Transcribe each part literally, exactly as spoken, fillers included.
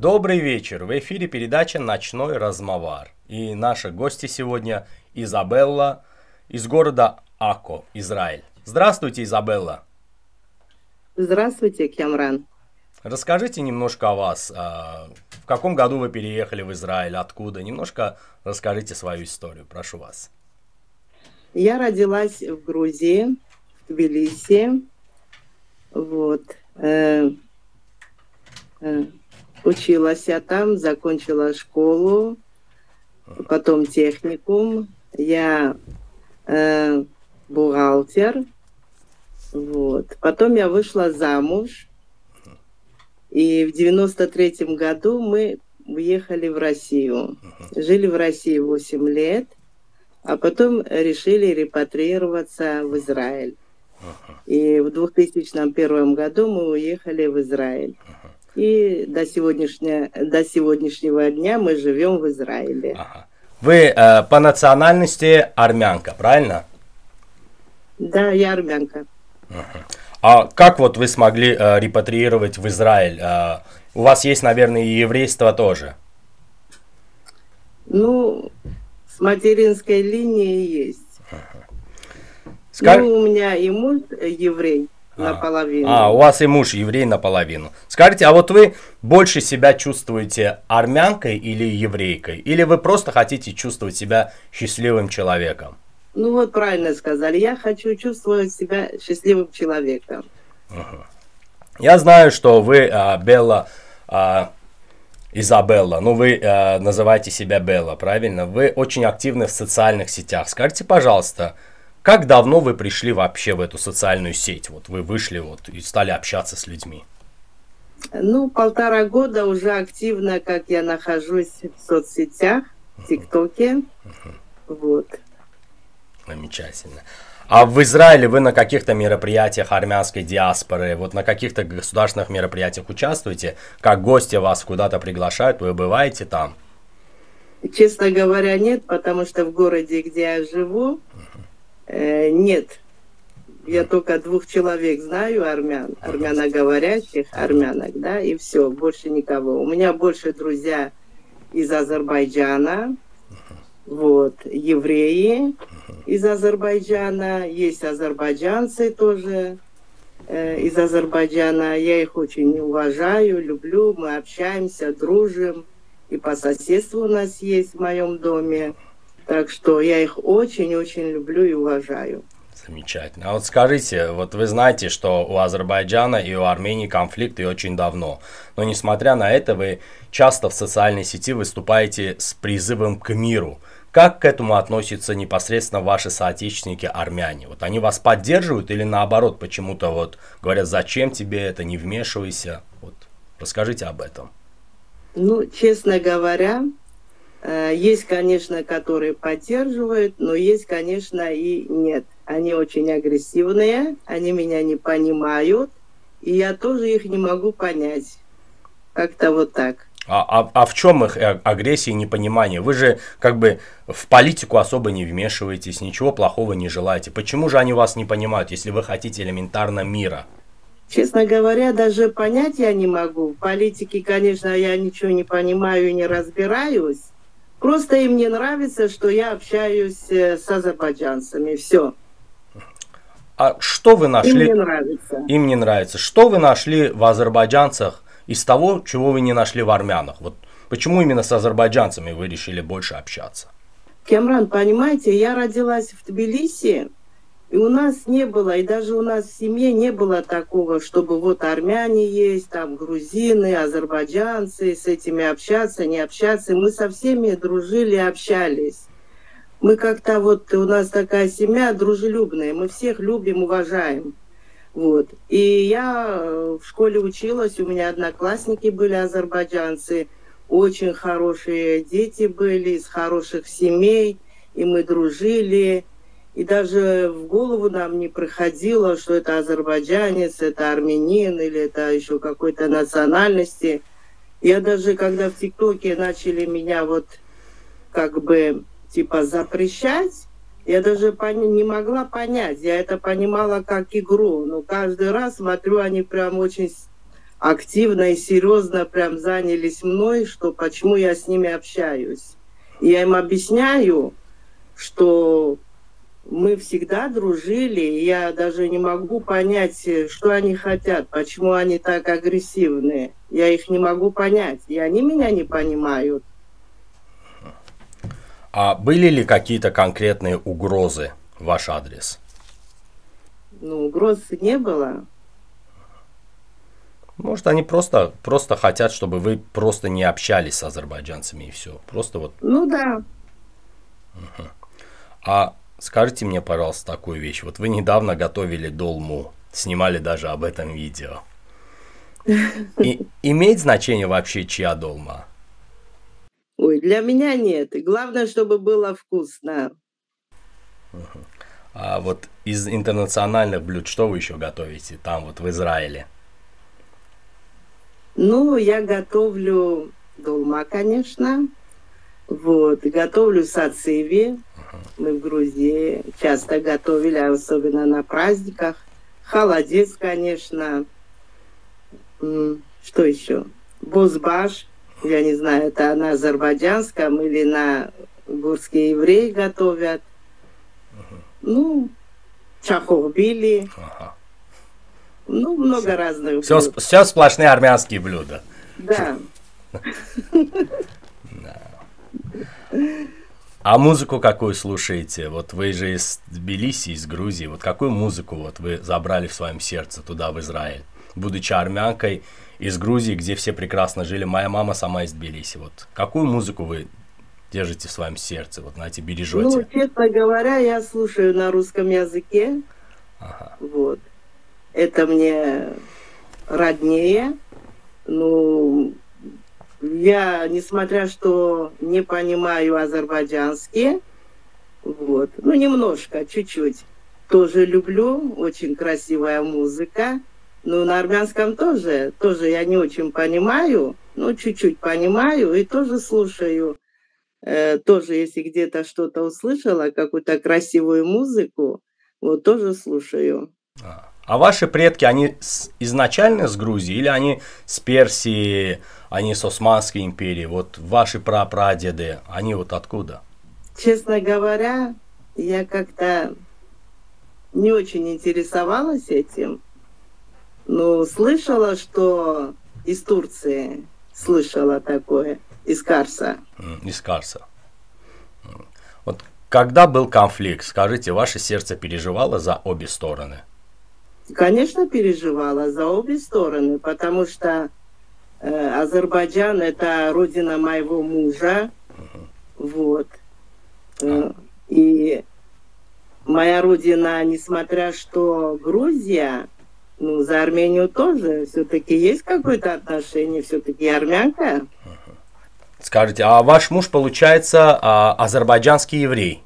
Добрый вечер. В эфире передача «Ночной размовар». И наши гости сегодня Изабелла из города Акко, Израиль. Здравствуйте, Изабелла. Здравствуйте, Кемран. Расскажите немножко о вас. В каком году вы переехали в Израиль? Откуда? Немножко расскажите свою историю. Прошу вас. Я родилась в Грузии, в Тбилиси. Вот. Э, э, училась я там, закончила школу, потом техникум. Я э, бухгалтер. Вот. Потом я вышла замуж. И в девяносто третьем году мы уехали в Россию. Жили в России восемь лет, а потом решили репатриироваться в Израиль. И в две тысячи первом году мы уехали в Израиль. И до сегодняшнего, до сегодняшнего дня мы живем в Израиле. Ага. Вы э, по национальности армянка, правильно? Да, я армянка. Ага. А как вот вы смогли э, репатриировать в Израиль? Э, у вас есть, наверное, и еврейство тоже. Ну, с материнской линии есть. Ага. Скаж... Ну, у меня и муж еврей а. наполовину. А, у вас и муж еврей наполовину. Скажите, а вот вы больше себя чувствуете армянкой или еврейкой? Или вы просто хотите чувствовать себя счастливым человеком? Ну вот правильно сказали. Я хочу чувствовать себя счастливым человеком. Ага. Я знаю, что вы, а, Белла, а, Изабелла, ну вы а, называете себя Белла, правильно? Вы очень активны в социальных сетях. Скажите, пожалуйста, как давно вы пришли вообще в эту социальную сеть? Вот вы вышли вот и стали общаться с людьми. Ну, полтора года уже активно, как я нахожусь в соцсетях, в ТикТоке. Uh-huh. Вот. Замечательно. А в Израиле вы на каких-то мероприятиях армянской диаспоры, вот на каких-то государственных мероприятиях участвуете? Как гости вас куда-то приглашают, вы бываете там? Честно говоря, нет, потому что в городе, где я живу, э, нет. Я только двух человек знаю армян, армяноговорящих, армянок, да, и все, больше никого. У меня больше друзья из Азербайджана, вот, евреи из Азербайджана, есть азербайджанцы тоже э, из Азербайджана. Я их очень уважаю, люблю, мы общаемся, дружим, и по соседству у нас есть в моем доме. Так что я их очень-очень люблю и уважаю. Замечательно. А вот скажите, вот вы знаете, что у Азербайджана и у Армении конфликты очень давно. Но несмотря на это, вы часто в социальной сети выступаете с призывом к миру. Как к этому относятся непосредственно ваши соотечественники армяне? Вот они вас поддерживают или наоборот почему-то вот говорят, зачем тебе это, не вмешивайся? Вот расскажите об этом. Ну, честно говоря, есть, конечно, которые поддерживают, но есть, конечно, и нет. Они очень агрессивные, они меня не понимают, и я тоже их не могу понять. Как-то вот так. А, а, а в чем их агрессия и непонимание? Вы же как бы в политику особо не вмешиваетесь, ничего плохого не желаете. Почему же они вас не понимают, если вы хотите элементарно мира? Честно говоря, даже понять я не могу. В политике, конечно, я ничего не понимаю и не разбираюсь. Просто им не нравится, что я общаюсь с азербайджанцами. Все. А что вы нашли? Им не нравится. Им не нравится. Что вы нашли в азербайджанцах из того, чего вы не нашли в армянах? Вот почему именно с азербайджанцами вы решили больше общаться? Кемран, понимаете, я родилась в Тбилиси, и у нас не было, и даже у нас в семье не было такого, чтобы вот армяне есть, там грузины, азербайджанцы, с этими общаться, не общаться. Мы со всеми дружили, общались. Мы как-то вот, у нас такая семья дружелюбная, мы всех любим, уважаем. Вот. И я в школе училась, у меня одноклассники были азербайджанцы, очень хорошие дети были, из хороших семей, и мы дружили. И даже в голову нам не приходило, что это азербайджанец, это армянин или это еще какой-то национальности. Я даже, когда в ТикТоке начали меня вот как бы типа запрещать, я даже не могла понять. Я это понимала как игру. Но каждый раз смотрю, они прям очень активно и серьезно прям занялись мной, что почему я с ними общаюсь. И я им объясняю, что мы всегда дружили, и я даже не могу понять, что они хотят, почему они так агрессивны. Я их не могу понять, и они меня не понимают. А были ли какие-то конкретные угрозы в ваш адрес? Ну, угроз не было. Может, они просто, просто хотят, чтобы вы просто не общались с азербайджанцами и все. Просто вот. Ну да. Угу. А скажите мне, пожалуйста, такую вещь. Вот вы недавно готовили долму, снимали даже об этом видео. И имеет значение вообще, чья долма? Ой, для меня нет. Главное, чтобы было вкусно. Угу. А вот из интернациональных блюд что вы еще готовите там вот в Израиле? Ну, я готовлю долма, конечно. Вот, готовлю сациви. Uh-huh. Мы в Грузии часто готовили, особенно на праздниках. Холодец, конечно. Что еще? Бозбаш. Я не знаю, это на азербайджанском или на гурские евреи готовят. Uh-huh. Ну, чахохбили. Uh-huh. Ну, много все, разных все, блюд. Все сплошные армянские блюда. Да. А музыку какую слушаете? Вот вы же из Тбилиси, из Грузии. Вот какую музыку вот вы забрали в своем сердце туда, в Израиль? Будучи армянкой из Грузии, где все прекрасно жили. Моя мама сама из Тбилиси. Вот какую музыку вы держите в своем сердце? Вот, знаете, бережете? Ну, честно говоря, я слушаю на русском языке. Ага. Вот. Это мне роднее. Ну, я, несмотря что не понимаю азербайджанский, вот, ну, немножко, чуть-чуть, тоже люблю, очень красивая музыка. Ну, на армянском тоже, тоже я не очень понимаю, но чуть-чуть понимаю и тоже слушаю. Э, тоже, если где-то что-то услышала, какую-то красивую музыку, вот, тоже слушаю. А. А ваши предки, они с, изначально с Грузии или они с Персии, они с Османской империи? Вот ваши прапрадеды, они вот откуда? Честно говоря, я как-то не очень интересовалась этим. Но слышала, что из Турции, слышала такое, из Карса. Из Карса. Вот когда был конфликт, скажите, ваше сердце переживало за обе стороны? Конечно, переживала за обе стороны, потому что э, Азербайджан – это родина моего мужа, uh-huh. вот. Э, и моя родина, несмотря что Грузия, ну, за Армению тоже все-таки есть какое-то отношение, все-таки армянка. Uh-huh. Скажите, а ваш муж, получается, а, азербайджанский еврей?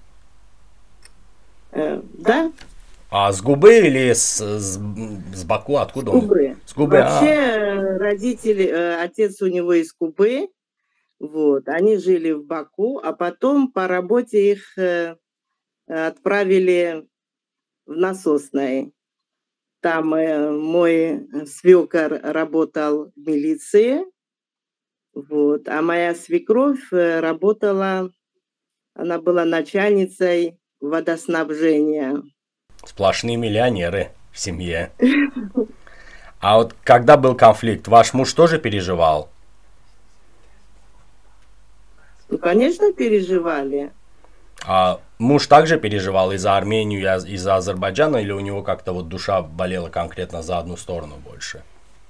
Э, да. А с Губы или с, с, с Баку? Откуда он? С Губы. С Губы. Вообще а. родители, отец у него из Губы, вот, они жили в Баку, а потом по работе их отправили в Насосное. Там мой свекор работал в милиции, вот, а моя свекровь работала, она была начальницей водоснабжения. Сплошные миллионеры в семье. А вот когда был конфликт, ваш муж тоже переживал? Ну, конечно, переживали. А муж также переживал и за Армению, и за Азербайджан, или у него как-то вот душа болела конкретно за одну сторону больше?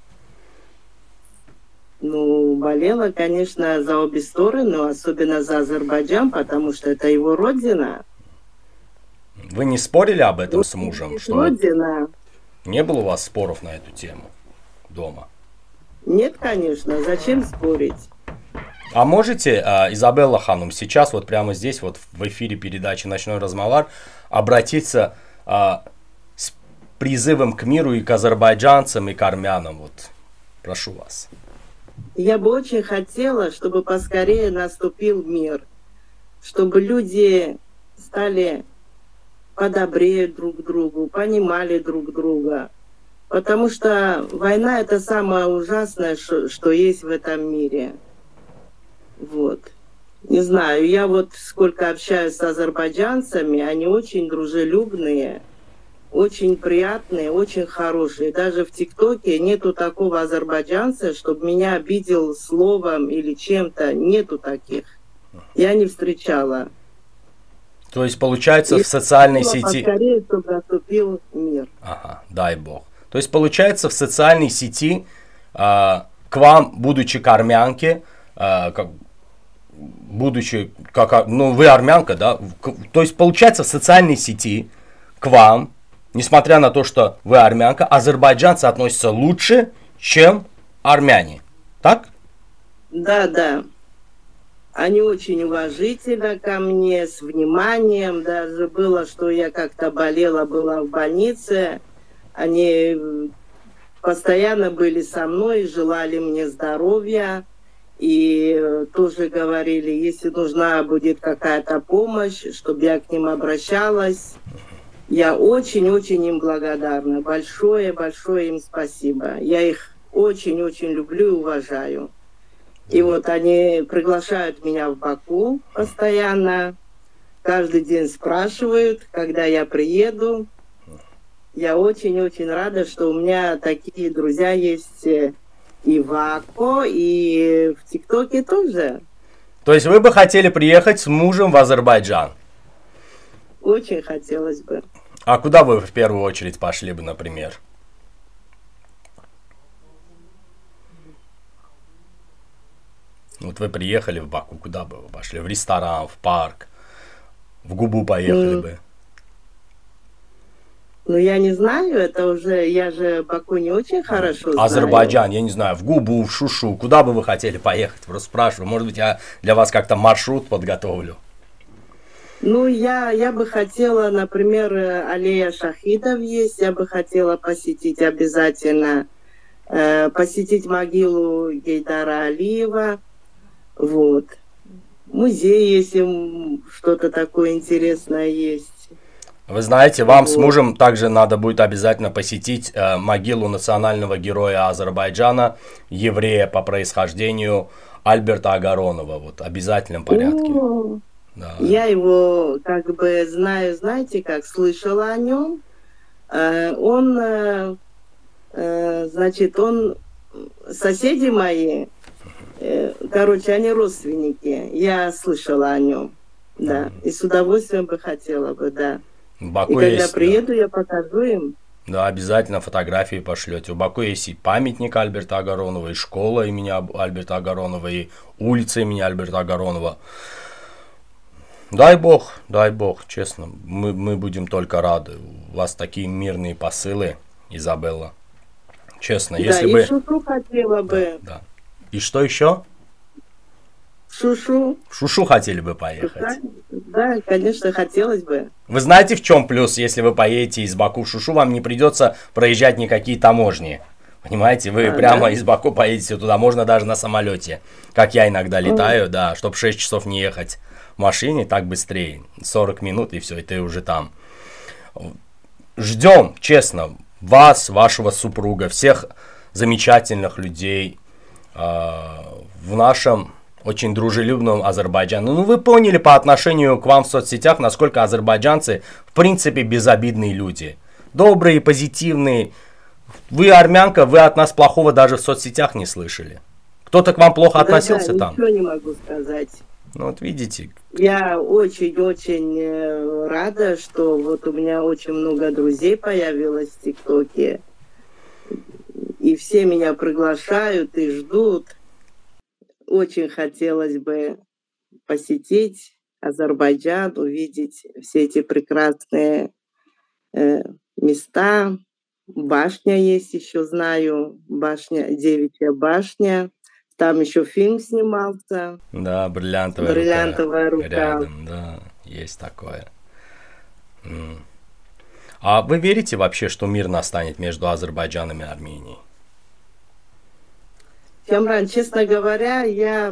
Ну, болела, конечно, за обе стороны, особенно за Азербайджан, потому что это его родина. Вы не спорили об этом с мужем? Что родина. Не было у вас споров на эту тему дома? Нет, конечно. Зачем спорить? А можете, Изабелла Ханум, сейчас вот прямо здесь, вот в эфире передачи «Ночной разговор», обратиться а, с призывом к миру и к азербайджанцам, и к армянам? Вот, прошу вас. Я бы очень хотела, чтобы поскорее наступил мир, чтобы люди стали подобрее друг к другу, понимали друг друга. Потому что война — это самое ужасное, что, что есть в этом мире. Вот. Не знаю, я вот сколько общаюсь с азербайджанцами, они очень дружелюбные, очень приятные, очень хорошие. Даже в ТикТоке нету такого азербайджанца, чтобы меня обидел словом или чем-то. Нету таких. Я не встречала. То есть, получается, и в социальной сети... Поскорее, чтобы наступил мир. Ага, дай бог. То есть, получается, в социальной сети э, к вам, будучи к армянке, э, как, будучи, как, ну, вы армянка, да, к, то есть, получается, в социальной сети к вам, несмотря на то, что вы армянка, азербайджанцы относятся лучше, чем армяне, так? Да, да. Они очень уважительно ко мне, с вниманием. Даже было, что я как-то болела, была в больнице. Они постоянно были со мной, желали мне здоровья. И тоже говорили, если нужна будет какая-то помощь, чтобы я к ним обращалась. Я очень-очень им благодарна. Большое-большое им спасибо. Я их очень-очень люблю и уважаю. И вот они приглашают меня в Баку постоянно. Каждый день спрашивают, когда я приеду. Я очень-очень рада, что у меня такие друзья есть и в Ако, и в ТикТоке тоже. То есть вы бы хотели приехать с мужем в Азербайджан? Очень хотелось бы. А куда вы в первую очередь пошли бы, например? Вот вы приехали в Баку, куда бы вы пошли? В ресторан, в парк, в Губу поехали mm. бы? Ну, я не знаю, это уже, я же Баку не очень хорошо знаю. Азербайджан, я не знаю, в Губу, в Шушу, куда бы вы хотели поехать? Просто спрашиваю, может быть, я для вас как-то маршрут подготовлю? Ну, я, я бы хотела, например, аллея шахидов есть, я бы хотела посетить обязательно, э, посетить могилу Гейдара Алиева. Вот. Музей, если что-то такое интересное есть. Вы знаете, вам вот. С мужем также надо будет обязательно посетить э, могилу национального героя Азербайджана, еврея по происхождению Альберта Агаронова. Вот, в обязательном порядке. О, да. Я его как бы знаю, знаете, как слышала о нем. Э, он, э, э, значит, он, соседи мои, короче, они родственники. Я слышала о нем, да. Mm. И с удовольствием бы хотела бы, да. В Баку и когда есть, приеду, да. я покажу им. Да, обязательно фотографии пошлете. В Баку есть и памятник Альберта Агаронова, и школа имени Альберта Агаронова, и улица имени Альберта Агаронова. Дай бог, дай бог, честно. Мы, мы будем только рады. У вас такие мирные посылы, Изабелла. Честно, да, если и бы... Шушу хотела бы. Да, да. И что еще? Шушу. В Шушу хотели бы поехать? Да, да, конечно, хотелось бы. Вы знаете, в чем плюс, если вы поедете из Баку в Шушу, вам не придется проезжать никакие таможни. Понимаете, вы а, прямо да? из Баку поедете туда, можно даже на самолете. Как я иногда летаю, mm. да, чтобы шесть часов не ехать в машине, так быстрее. сорок минут и все, и ты уже там. Ждем, честно, вас, вашего супруга, всех замечательных людей э, в нашем очень дружелюбном Азербайджане. Ну, вы поняли по отношению к вам в соцсетях, насколько азербайджанцы, в принципе, безобидные люди. Добрые, позитивные. Вы армянка, вы от нас плохого даже в соцсетях не слышали. Кто-то к вам плохо да, относился да, там? Ничего не могу сказать. Ну, вот видите. Я очень-очень рада, что вот у меня очень много друзей появилось в ТикТоке. И все меня приглашают и ждут. Очень хотелось бы посетить Азербайджан, увидеть все эти прекрасные э, места. Башня есть еще, знаю, башня, Девичья башня. Там еще фильм снимался. Да, бриллиантовая, бриллиантовая рука. рука. Рядом, да, есть такое. М. А вы верите вообще, что мир настанет между Азербайджаном и Арменией? Камран, честно говоря, я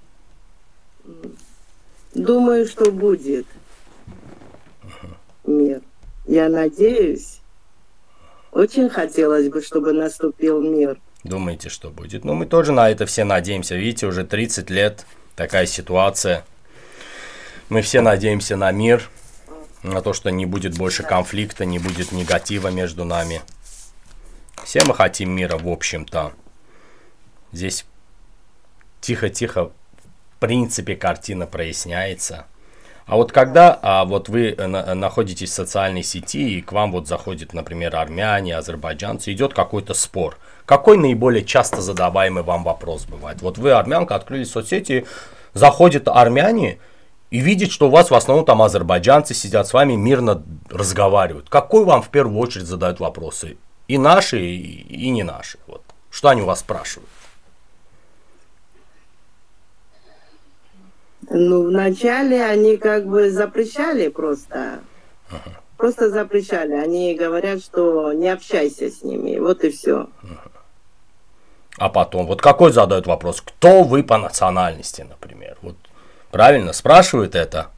думаю, что будет мир. Я надеюсь. Очень хотелось бы, чтобы наступил мир. Думаете, что будет? Ну, мы тоже на это все надеемся. Видите, уже тридцать лет такая ситуация. Мы все надеемся на мир, на то, что не будет больше конфликта, не будет негатива между нами. Все мы хотим мира, в общем-то. Здесь тихо-тихо, в принципе, картина проясняется. А вот когда а, вот вы на, находитесь в социальной сети, и к вам вот заходят, например, армяне, азербайджанцы, идет какой-то спор. Какой наиболее часто задаваемый вам вопрос бывает? Вот вы, армянка, открыли соцсети, заходят армяне и видят, что у вас в основном там азербайджанцы сидят с вами, мирно разговаривают. Какой вам в первую очередь задают вопросы? И наши, и, и не наши. Вот. Что они у вас спрашивают? Ну, вначале они как бы запрещали просто. Uh-huh. Просто запрещали. Они говорят, что не общайся с ними. Вот и все. Uh-huh. А потом, вот какой задают вопрос? Кто вы по национальности, например? Вот правильно спрашивают это?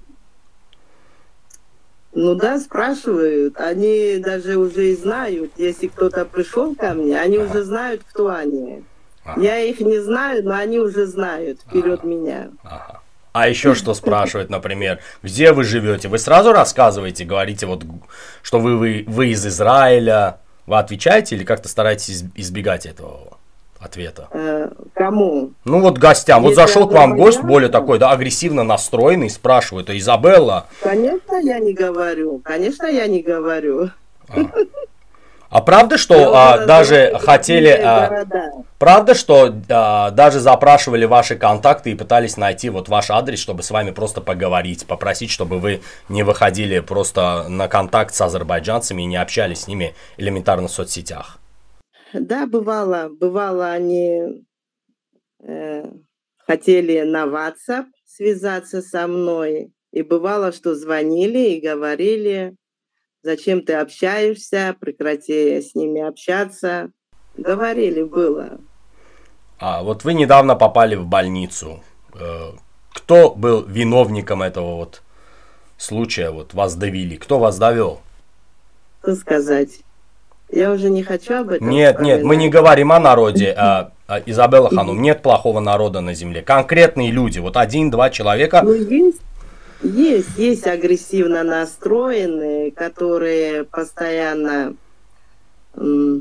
Ну да, спрашивают. Они даже уже и знают. Если кто-то пришел ко мне, они uh-huh. уже знают, кто они. Uh-huh. Я их не знаю, но они уже знают вперед uh-huh. меня. Uh-huh. А еще что спрашивают, например, где вы живете? Вы сразу рассказываете, говорите, вот, что вы, вы, вы из Израиля. Вы отвечаете или как-то стараетесь избегать этого ответа? Э, кому? Ну вот гостям. Вот зашел к вам гость, более такой, да, агрессивно настроенный, спрашивает, Изабелла. Конечно, я не говорю. Конечно, я не говорю. А, а правда, что а, даже хотели... А, правда, что а, даже запрашивали ваши контакты и пытались найти вот ваш адрес, чтобы с вами просто поговорить, попросить, чтобы вы не выходили просто на контакт с азербайджанцами и не общались с ними элементарно в соцсетях? Да, бывало. Бывало, они э, хотели на WhatsApp связаться со мной. И бывало, что звонили и говорили... Зачем ты общаешься? Прекрати с ними общаться. Говорили, было. А вот вы недавно попали в больницу. Кто был виновником этого вот случая? Вот вас довели. Кто вас довел? Что сказать? Я уже не хочу об этом. Нет, вспоминать. Нет, мы не говорим о народе. А, а, Изабелла Ханум, нет плохого народа на земле. Конкретные люди. Вот один-два человека. Ну, есть. Есть, есть агрессивно настроенные, которые постоянно м,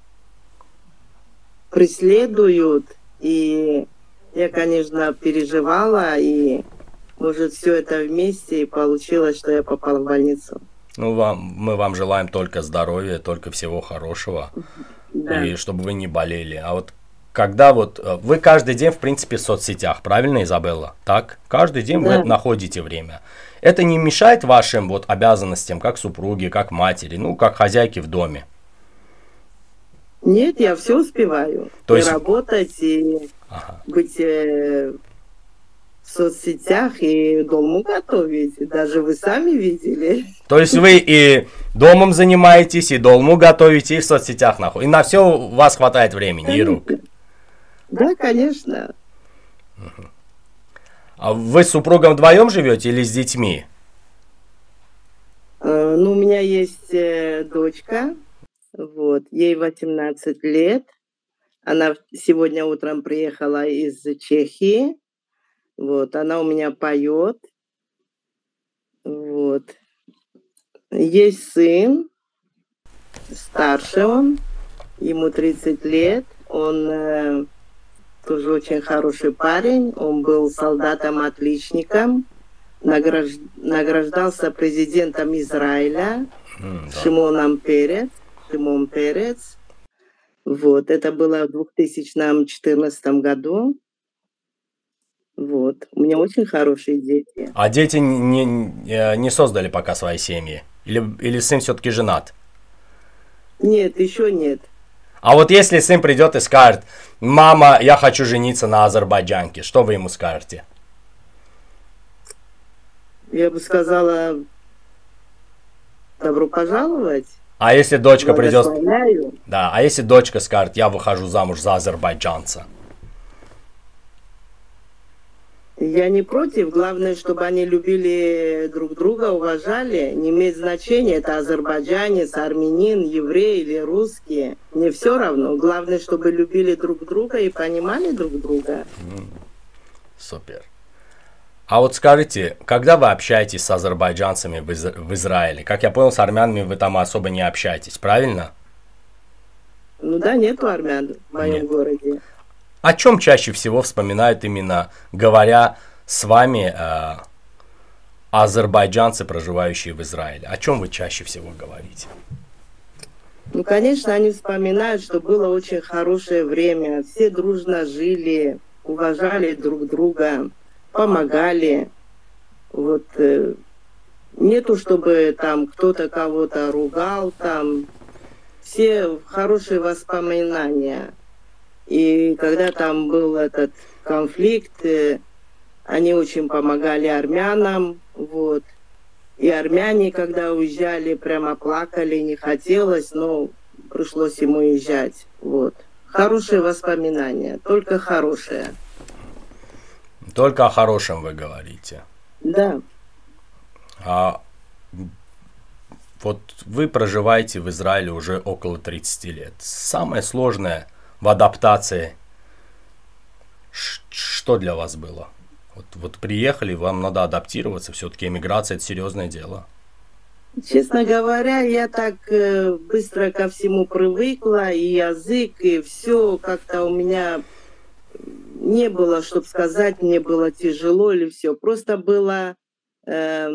преследуют. И я, конечно, переживала, и, может, все это вместе, и получилось, что я попала в больницу. Ну, вам, мы вам желаем только здоровья, только всего хорошего, да. И чтобы вы не болели. А вот когда вот вы каждый день, в принципе, в соцсетях, правильно, Изабелла? Так? Каждый день да. Вы находите время. Это не мешает вашим вот обязанностям, как супруги, как матери, ну, как хозяйки в доме? Нет, я все успеваю. То и есть... работать, и ага. быть э, в соцсетях, и дому готовить. Даже вы сами видели. То есть вы и домом занимаетесь, и дому готовите, и в соцсетях находитесь. И на все у вас хватает времени и рук. Да, конечно. А вы с супругом вдвоем живете или с детьми? Э, ну, у меня есть э, дочка, вот, ей восемнадцать лет. Она сегодня утром приехала из Чехии. Вот, она у меня поет. Вот. Есть сын, старший он, ему тридцать лет. Он э, тоже очень хороший парень. Он был солдатом-отличником. Награжд... Награждался президентом Израиля mm, да. Шимоном Перец. Шимон Перец. Вот. Это было в две тысячи четырнадцатом году. Вот. У меня очень хорошие дети. А дети не, не создали пока свои семьи? Или, или сын все-таки женат? Нет, еще нет. А вот если сын придет и скажет: мама, я хочу жениться на азербайджанке, что вы ему скажете? Я бы сказала: добро пожаловать. А если дочка придет... Да, а если дочка скажет: я выхожу замуж за азербайджанца? Я не против, главное, чтобы они любили друг друга, уважали. Не имеет значения, это азербайджанец, армянин, еврей или русский. Мне все равно. Главное, чтобы любили друг друга и понимали друг друга. Супер. А вот скажите, когда вы общаетесь с азербайджанцами в, Из... в Израиле? Как я понял, с армянами вы там особо не общаетесь, правильно? Ну да, нету армян в моем Нет. городе. О чем чаще всего вспоминают именно, говоря с вами, э, азербайджанцы, проживающие в Израиле? О чем вы чаще всего говорите? Ну, конечно, они вспоминают, что было очень хорошее время. Все дружно жили, уважали друг друга, помогали. Вот э, нету, чтобы там кто-то кого-то ругал, там все хорошие воспоминания. И когда там был этот конфликт, э, они очень помогали армянам, вот. И армяне, когда уезжали, прямо плакали, не хотелось, но пришлось ему уезжать, вот. Хорошие воспоминания, только хорошие. Только о хорошем вы говорите. Да. А вот вы проживаете в Израиле уже около тридцати лет. Самое сложное в адаптации, что для вас было? Вот, вот приехали, вам надо адаптироваться, все-таки эмиграция это серьезное дело. Честно говоря, я так э, быстро ко всему привыкла, и язык, и все как-то у меня не было, чтобы сказать, мне было тяжело или все. Просто было, э,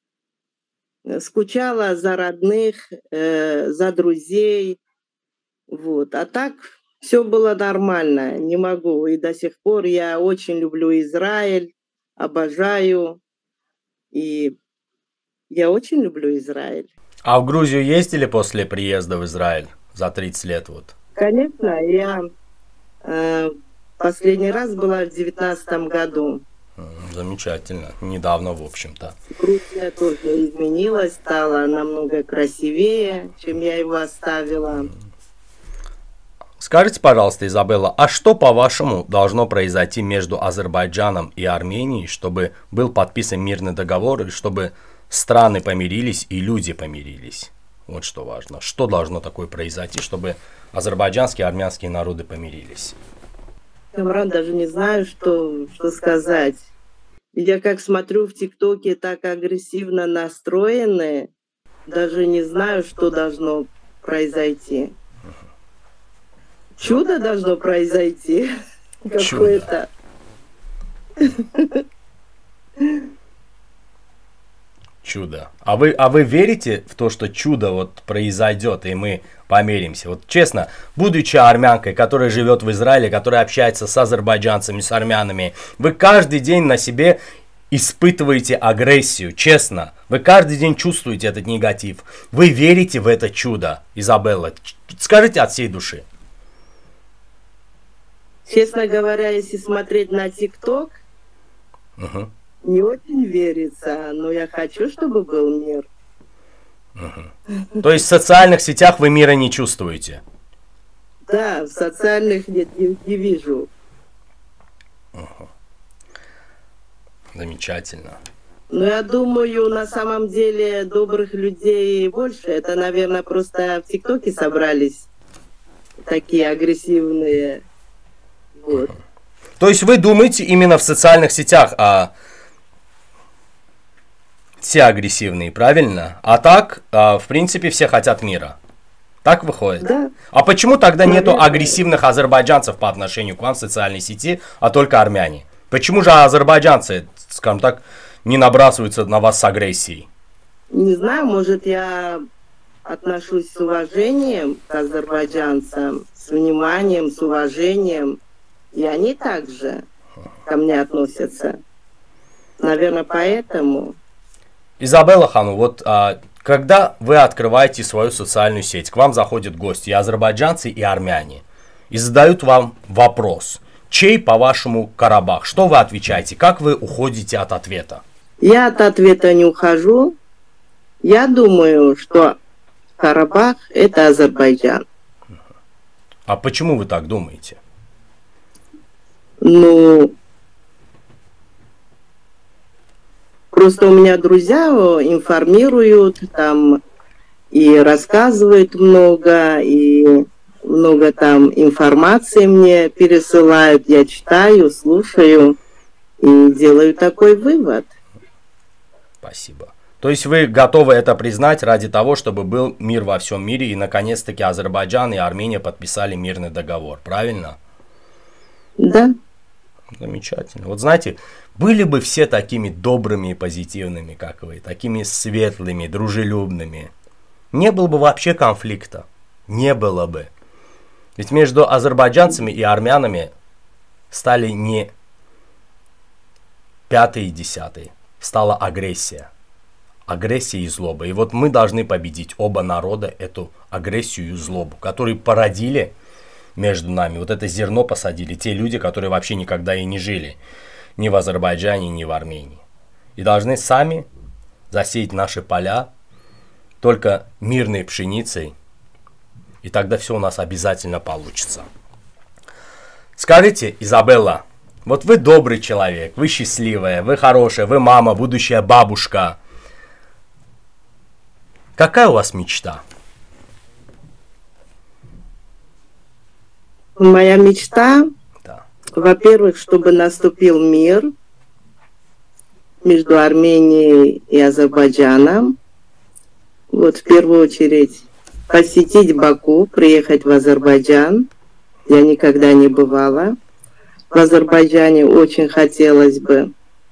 скучала за родных, э, за друзей, вот. А так все было нормально, не могу. И до сих пор я очень люблю Израиль, обожаю. И я очень люблю Израиль. А в Грузию ездили после приезда в Израиль за тридцать лет? Вот? Конечно, я э, последний раз была в девятнадцатом году. Замечательно. Недавно, в общем-то. Грузия тоже изменилась, стала намного красивее, чем я его оставила. Скажите, пожалуйста, Изабелла, а что, по-вашему, должно произойти между Азербайджаном и Арменией, чтобы был подписан мирный договор, и чтобы страны помирились и люди помирились? Вот что важно. Что должно такое произойти, чтобы азербайджанские и армянские народы помирились? Камран, даже не знаю, что, что сказать. Я как смотрю в ТикТоке, так агрессивно настроены, даже не знаю, что должно произойти. Чудо должно произойти. Какое-то. Чудо. А вы, а вы верите в то, что чудо вот произойдет, и мы помиримся? Вот честно, будучи армянкой, которая живет в Израиле, которая общается с азербайджанцами, с армянами, вы каждый день на себе испытываете агрессию, честно. Вы каждый день чувствуете этот негатив. Вы верите в это чудо, Изабелла? Скажите от всей души. Честно говоря, если смотреть на ТикТок, угу. не очень верится, но я хочу, чтобы был мир. Угу. То есть в социальных сетях вы мира не чувствуете? Да, в социальных нет, не, не вижу. Угу. Замечательно. Но я думаю, на самом деле добрых людей больше. Это, наверное, просто в ТикТоке собрались такие агрессивные. Вот. То есть вы думаете именно в социальных сетях, а все агрессивные, правильно? А так, а, в принципе, все хотят мира. Так выходит? Да. А почему тогда Наверное. нету агрессивных азербайджанцев по отношению к вам в социальной сети, а только армяне? Почему же азербайджанцы, скажем так, не набрасываются на вас с агрессией? Не знаю, может, я отношусь с уважением к азербайджанцам, с вниманием, с уважением. И они также ко мне относятся. Наверное, поэтому. Изабелла Хану, вот а, когда вы открываете свою социальную сеть, к вам заходят гости, и азербайджанцы, и армяне, и задают вам вопрос, чей, по-вашему, Карабах? Что вы отвечаете? Как вы уходите от ответа? Я от ответа не ухожу. Я думаю, что Карабах – это Азербайджан. А почему вы так думаете? Ну, Просто у меня друзья информируют там и рассказывают много, и много там информации мне пересылают. Я читаю, слушаю и делаю такой вывод. Спасибо. То есть вы готовы это признать ради того, чтобы был мир во всем мире, и наконец-таки Азербайджан и Армения подписали мирный договор, правильно? Да. Замечательно. Вот знаете, были бы все такими добрыми и позитивными, как вы, такими светлыми, дружелюбными, не было бы вообще конфликта. Не было бы. Ведь между азербайджанцами и армянами стали не пятый и десятый, стала агрессия. Агрессия и злоба. И вот мы должны победить оба народа эту агрессию и злобу, которые породили между нами. Вот это зерно посадили те люди, которые вообще никогда и не жили ни в Азербайджане, ни в Армении. И должны сами засеять наши поля только мирной пшеницей. И тогда все у нас обязательно получится. Скажите, Изабелла, вот вы добрый человек, вы счастливая, вы хорошая, вы мама, будущая бабушка. Какая у вас мечта? Моя мечта, Да. во-первых, чтобы наступил мир между Арменией и Азербайджаном. Вот в первую очередь посетить Баку, приехать в Азербайджан. Я никогда не бывала. В Азербайджане очень хотелось бы.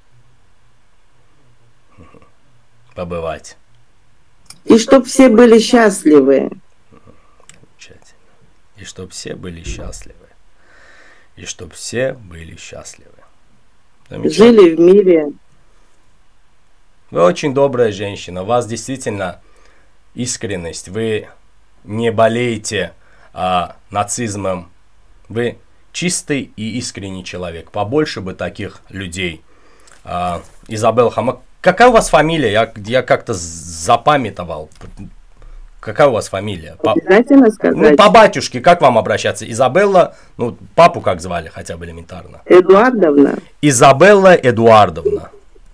Побывать. И чтобы все были счастливы. Замечательно. И чтобы все были счастливы. И чтобы все были счастливы. Жили в мире. Вы очень добрая женщина. У вас действительно искренность. Вы не болеете а, нацизмом. Вы чистый и искренний человек. Побольше бы таких людей. А, Изабелла Хамак. Какая у вас фамилия? Я, я как-то запамятовал. Какая у вас фамилия? Обязательно сказать. Ну, по батюшке, как вам обращаться? Изабелла, ну, папу как звали, хотя бы элементарно? Эдуардовна. Изабелла Эдуардовна.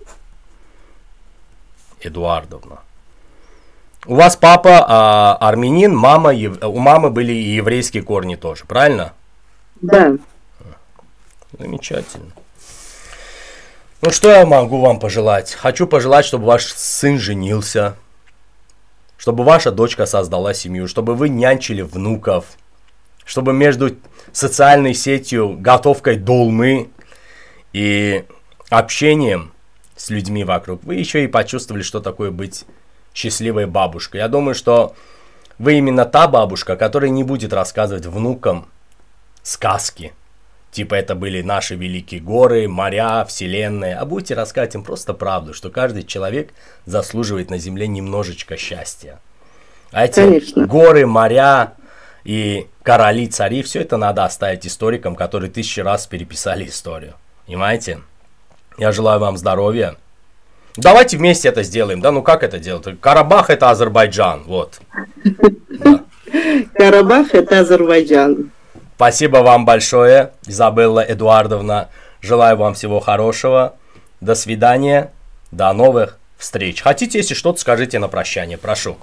Эдуардовна. У вас папа а, армянин, мама, ев... у мамы были и еврейские корни тоже, правильно? Да. Замечательно. Ну, что я могу вам пожелать? Хочу пожелать, чтобы ваш сын женился, чтобы ваша дочка создала семью, чтобы вы нянчили внуков, чтобы между социальной сетью, готовкой долмы и общением с людьми вокруг вы еще и почувствовали, что такое быть счастливой бабушкой. Я думаю, что вы именно та бабушка, которая не будет рассказывать внукам сказки. Типа это были наши великие горы, моря, вселенная. А будете рассказывать им просто правду, что каждый человек заслуживает на земле немножечко счастья. А эти Конечно. горы, моря и короли, цари, все это надо оставить историкам, которые тысячи раз переписали историю. Понимаете? Я желаю вам здоровья. Давайте вместе это сделаем. Да, ну как это делать? Карабах это Азербайджан. Вот. Да. Карабах это Азербайджан. Спасибо вам большое, Изабелла Эдуардовна. Желаю вам всего хорошего. До свидания. До новых встреч. Хотите, если что-то, скажите на прощание. Прошу.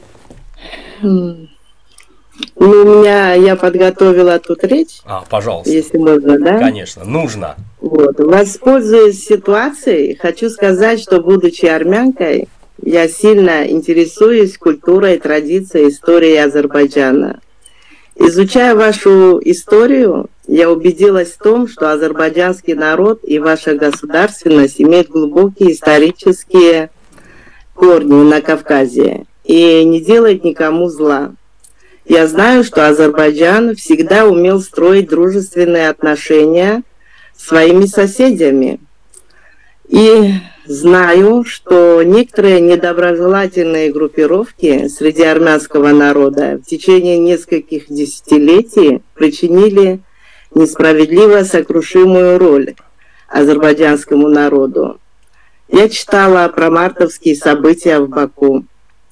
Ну, у меня, я подготовила тут речь. А, пожалуйста. Если можно, да? Конечно, нужно. Вот. Воспользуясь ситуацией, хочу сказать, что, будучи армянкой, я сильно интересуюсь культурой, традицией, историей Азербайджана. Изучая вашу историю, я убедилась в том, что азербайджанский народ и ваша государственность имеют глубокие исторические корни на Кавказе и не делает никому зла. Я знаю, что Азербайджан всегда умел строить дружественные отношения с своими соседями. И знаю, что некоторые недоброжелательные группировки среди армянского народа в течение нескольких десятилетий причинили несправедливо сокрушимую роль азербайджанскому народу. Я читала про мартовские события в Баку,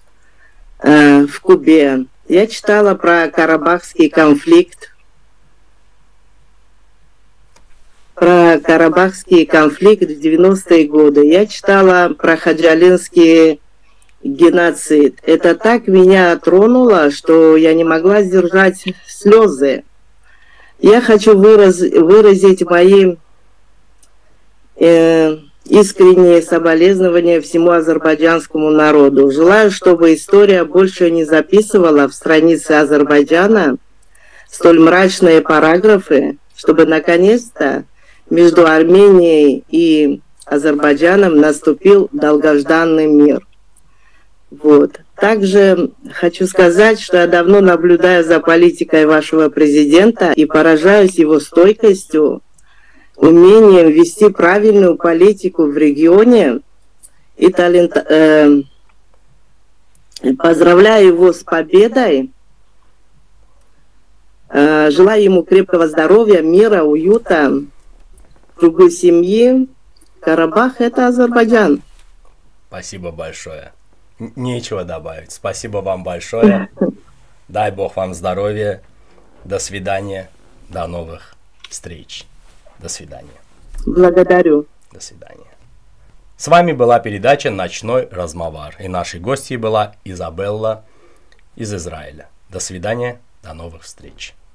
э, в Кубе. Я читала про Карабахский конфликт. про Карабахский конфликт в девяностые годы. Я читала про хаджалинский геноцид. Это так меня тронуло, что я не могла сдержать слезы. Я хочу выраз, выразить мои э, искренние соболезнования всему азербайджанскому народу. Желаю, чтобы история больше не записывала в странице Азербайджана столь мрачные параграфы, чтобы наконец-то между Арменией и Азербайджаном наступил долгожданный мир. Вот. Также хочу сказать, что я давно наблюдаю за политикой вашего президента и поражаюсь его стойкостью, умением вести правильную политику в регионе. И талент... э... поздравляю его с победой. Э... Желаю ему крепкого здоровья, мира, уюта, кругу семьи. Карабах – это Азербайджан. Спасибо большое. Нечего добавить. Спасибо вам большое. Дай Бог вам здоровья. До свидания. До новых встреч. До свидания. Благодарю. До свидания. С вами была передача «Ночной размовар». И нашей гостьей была Изабелла из Израиля. До свидания. До новых встреч.